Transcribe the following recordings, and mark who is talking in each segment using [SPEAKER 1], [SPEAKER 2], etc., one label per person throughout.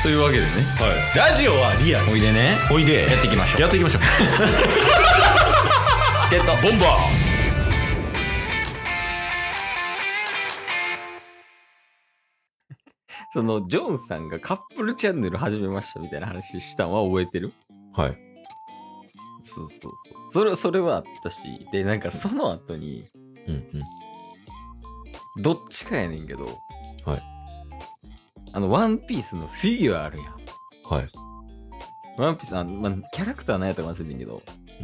[SPEAKER 1] というわけでね、
[SPEAKER 2] ラジオはリアル。
[SPEAKER 1] おいでね、
[SPEAKER 2] おいで。
[SPEAKER 1] やっていきましょう。
[SPEAKER 2] やっていきましょう。
[SPEAKER 1] チケットボンバー。そのジョンさんがカップルチャンネル始めましたみたいな話したんは覚えてる？
[SPEAKER 2] はい。
[SPEAKER 1] そうそうそう。それはあったし、で、なんかその後に、どっちかやねんけど、
[SPEAKER 2] はい。
[SPEAKER 1] ワンピースのフィギュアあるやん。
[SPEAKER 2] はい。
[SPEAKER 1] ワンピース、キャラクターなんやったか忘れてんけど、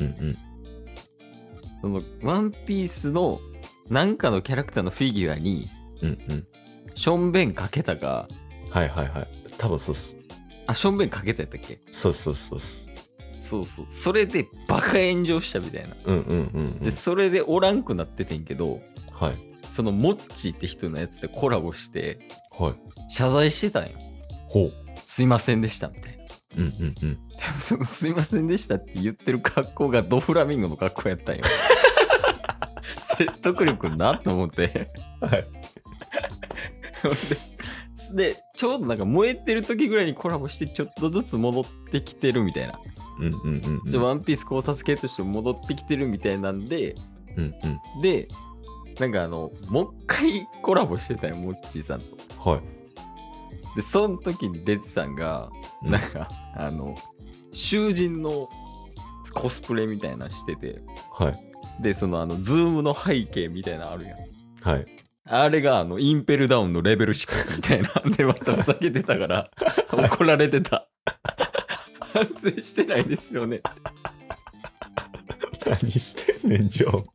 [SPEAKER 1] その、ワンピースの、なんかのキャラクターのフィギュアに、しょんべんかけたか、
[SPEAKER 2] はいはいはい。多分そうっす。
[SPEAKER 1] しょんべんかけたやったっけ？
[SPEAKER 2] そうそうそうっす。
[SPEAKER 1] そうそう。それでバカ炎上したみたいな。で、それでおらんくなっててんけど、
[SPEAKER 2] はい。
[SPEAKER 1] そのモッチーって人のやつでコラボして、
[SPEAKER 2] はい。
[SPEAKER 1] 謝罪してたんよ。
[SPEAKER 2] ほう。
[SPEAKER 1] すいませんでしたみたいな。でもそのすいませんでしたって言ってる格好がドフラミンゴの格好やったんよ。説得力なと思って。
[SPEAKER 2] はい。
[SPEAKER 1] で、ちょうどなんか燃えてる時ぐらいにコラボしてちょっとずつ戻ってきてるみたいな。ワンピース考察系として戻ってきてるみたいなんで、で、なんかもう一回コラボしてたよ、モッチーさんと。
[SPEAKER 2] はい。
[SPEAKER 1] で、その時に出てたんが、なんか、囚人のコスプレみたいなしてて、
[SPEAKER 2] はい。
[SPEAKER 1] で、そのズームの背景みたいなのあるやん。
[SPEAKER 2] はい。
[SPEAKER 1] あれがインペルダウンのレベル6みたいなんでまたふざけてたから、怒られてた。反省してないですよね。
[SPEAKER 2] 何してんねん、ジョ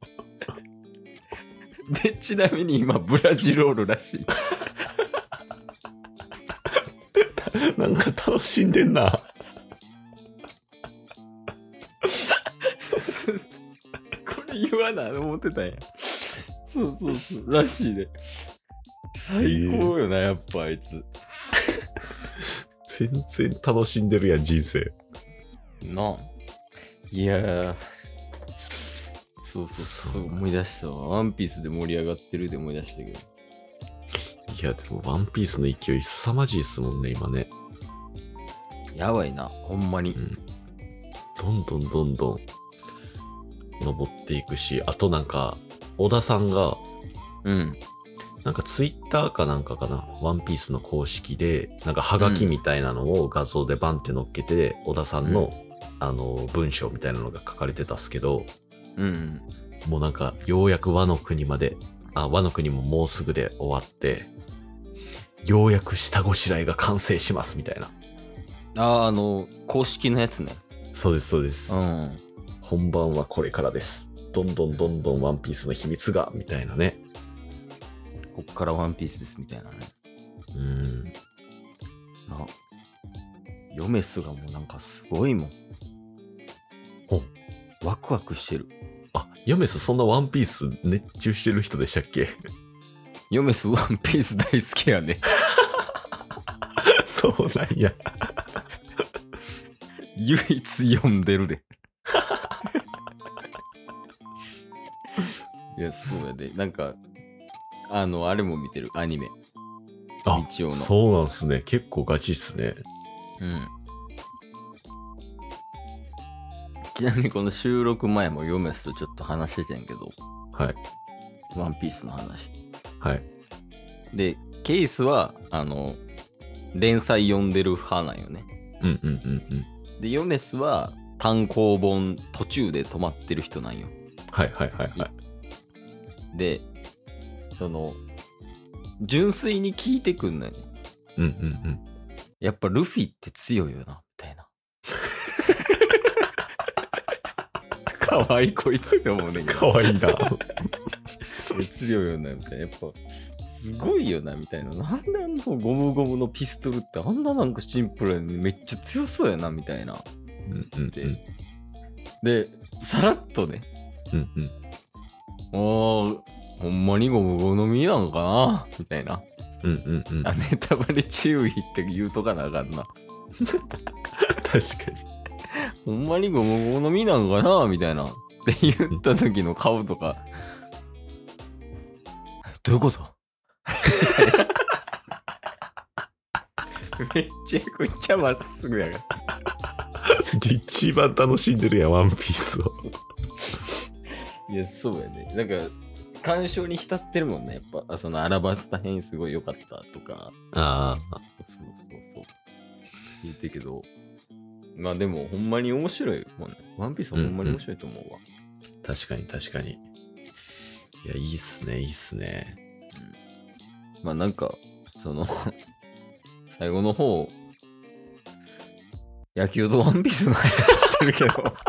[SPEAKER 2] ー。
[SPEAKER 1] で、ちなみに今、ブラジルおるらしい。
[SPEAKER 2] なんか楽しんでんな。
[SPEAKER 1] これ言わな思ってたんや。そうそうそう。らしいで。最高よな、やっぱあいつ。
[SPEAKER 2] 全然楽しんでるやん、人生。
[SPEAKER 1] なあ。いやー。そう思い出したわ。ワンピースで盛り上がってるで思い出したけど。
[SPEAKER 2] いや、でもワンピースの勢い凄まじいっすもんね、今ね。
[SPEAKER 1] やばいな、ほんまに。
[SPEAKER 2] どんどん登っていくし、あとなんか、小田さんが、なんかツイッターかなんかかな、ワンピースの公式で、なんかハガキみたいなのを画像でバンって乗っけて、小田さんの、文章みたいなのが書かれてたっすけど、もうなんか、ようやくワノ国まで、ワノ国ももうすぐで終わって、ようやく下ごしらえが完成しますみたいな。
[SPEAKER 1] 公式のやつね。
[SPEAKER 2] そうです、そうです。本番はこれからです。どんどんワンピースの秘密が、みたいなね。
[SPEAKER 1] こっからワンピースですみたいなね。ヨメスがもうなんかすごいもん。ワクワクしてる。
[SPEAKER 2] ヨメスそんなワンピース熱中してる人でしたっけ？
[SPEAKER 1] ヨメスワンピース大好きやね。
[SPEAKER 2] そうなんや。
[SPEAKER 1] 唯一読んでるで。いや、そうやで。なんか、あれも見てる、アニメ。日曜の。
[SPEAKER 2] そうなんすね。結構ガチっすね。
[SPEAKER 1] ちなみにこの収録前もヨメスとちょっと話してたんやけど。
[SPEAKER 2] はい。
[SPEAKER 1] ワンピースの話。
[SPEAKER 2] はい。
[SPEAKER 1] で、ケイスは、連載読んでる派なんよね。で、ヨメスは単行本途中で止まってる人なんよ。で、純粋に聞いてくんのよね。やっぱルフィって強いよな、みたいな。かわいいこいつって思うねんけど。
[SPEAKER 2] かわいいな。
[SPEAKER 1] 強いよな、みたいな。やっぱ、すごいよな、みたいな。なんでゴムゴムのピストルってあんななんかシンプルにめっちゃ強そうやな、みたいな。で、さらっとね。ほんまにゴムゴムの実なのかなみたいな。ネタバレ注意って言うとかなあかんな。
[SPEAKER 2] 確かに。
[SPEAKER 1] ほんまにゴムゴムの実なのかなみたいな。って言った時の顔とか。どういうことめちゃくちゃまっすぐやが。
[SPEAKER 2] 一番楽しんでるやん、ワンピースを。
[SPEAKER 1] いや、そうやね。なんか、鑑賞に浸ってるもんね。やっぱ、そのアラバスタ編すごい良かったとか。
[SPEAKER 2] ああ。
[SPEAKER 1] そう。言ってるけど、まあでも、ほんまに面白いもんね。ワンピースはほんまに面白いと思うわ。
[SPEAKER 2] 確かに。いや、いいっすね。
[SPEAKER 1] まあなんか、その、最後の方、野球とワンピースの話してるけど。
[SPEAKER 2] 確か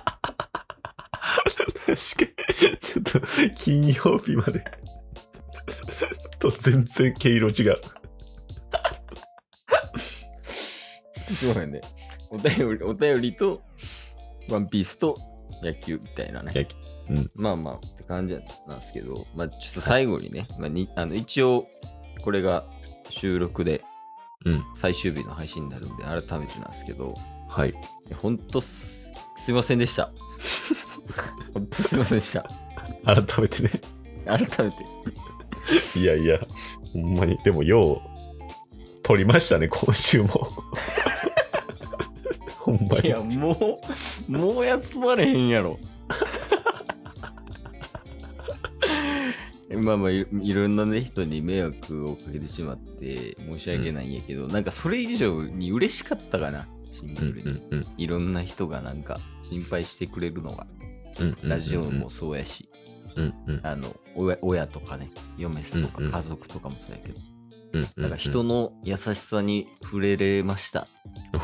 [SPEAKER 2] に。ちょっと、金曜日までと全然毛色違う。
[SPEAKER 1] そうやね。お便りと、ワンピースと野球みたいなね。まあって感じなんですけど、まあちょっと最後にね、一応、これが収録で、最終日の配信になるんで、改めてなんですけど、
[SPEAKER 2] はい。
[SPEAKER 1] ほんとすいませんでした。ほんとすいませんでした。
[SPEAKER 2] 改めてね。いや、ほんまに、でもよう、撮りましたね、今週も。ほんまに。
[SPEAKER 1] いや、もう休まれへんやろ。まあいろんなね人に迷惑をかけてしまって申し訳ないんやけど、なんかそれ以上に嬉しかったかな、シンプルに、いろんな人がなんか心配してくれるのが、ラジオもそうやし、親とかね、嫁とか家族とかもそうやけど、なんか人の優しさに触れれました。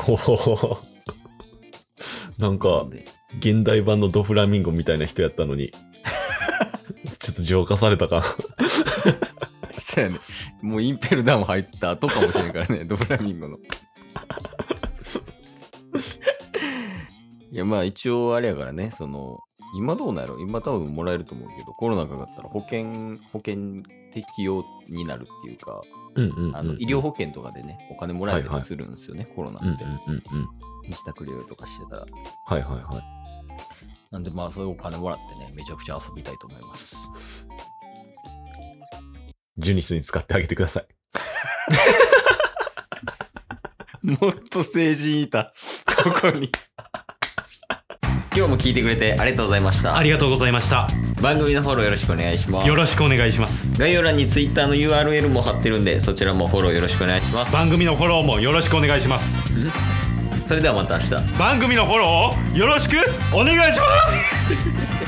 [SPEAKER 2] なんか現代版のドフラミンゴみたいな人やったのにちょっと浄化されたか。
[SPEAKER 1] そうやね。もうインペルダウン入った後かもしれんからね、ドフラミンゴの。いや、まあ一応あれやからね、その、今どうなんやろ、今多分もらえると思うけど、コロナかかったら保険適用になるっていうか、医療保険とかでね、お金もらえたりするんですよね、コロナって。自宅療養とかしてたら。なんでまあそういうお金もらってね、めちゃくちゃ遊びたいと思います。
[SPEAKER 2] ジュニスに使ってあげてください。
[SPEAKER 1] もっと成人いた、ここに。今日も聞いてくれてありがとうございました。
[SPEAKER 3] ありがとうございました。
[SPEAKER 1] 番組のフォローよろしくお願いします。
[SPEAKER 3] よろしくお願いします。
[SPEAKER 1] 概要欄に Twitter の URL も貼ってるんで、そちらもフォローよろしくお願いします。
[SPEAKER 3] 番組のフォローもよろしくお願いします。
[SPEAKER 1] それではまた明日。
[SPEAKER 3] 番組のフォローをよろしくお願いします。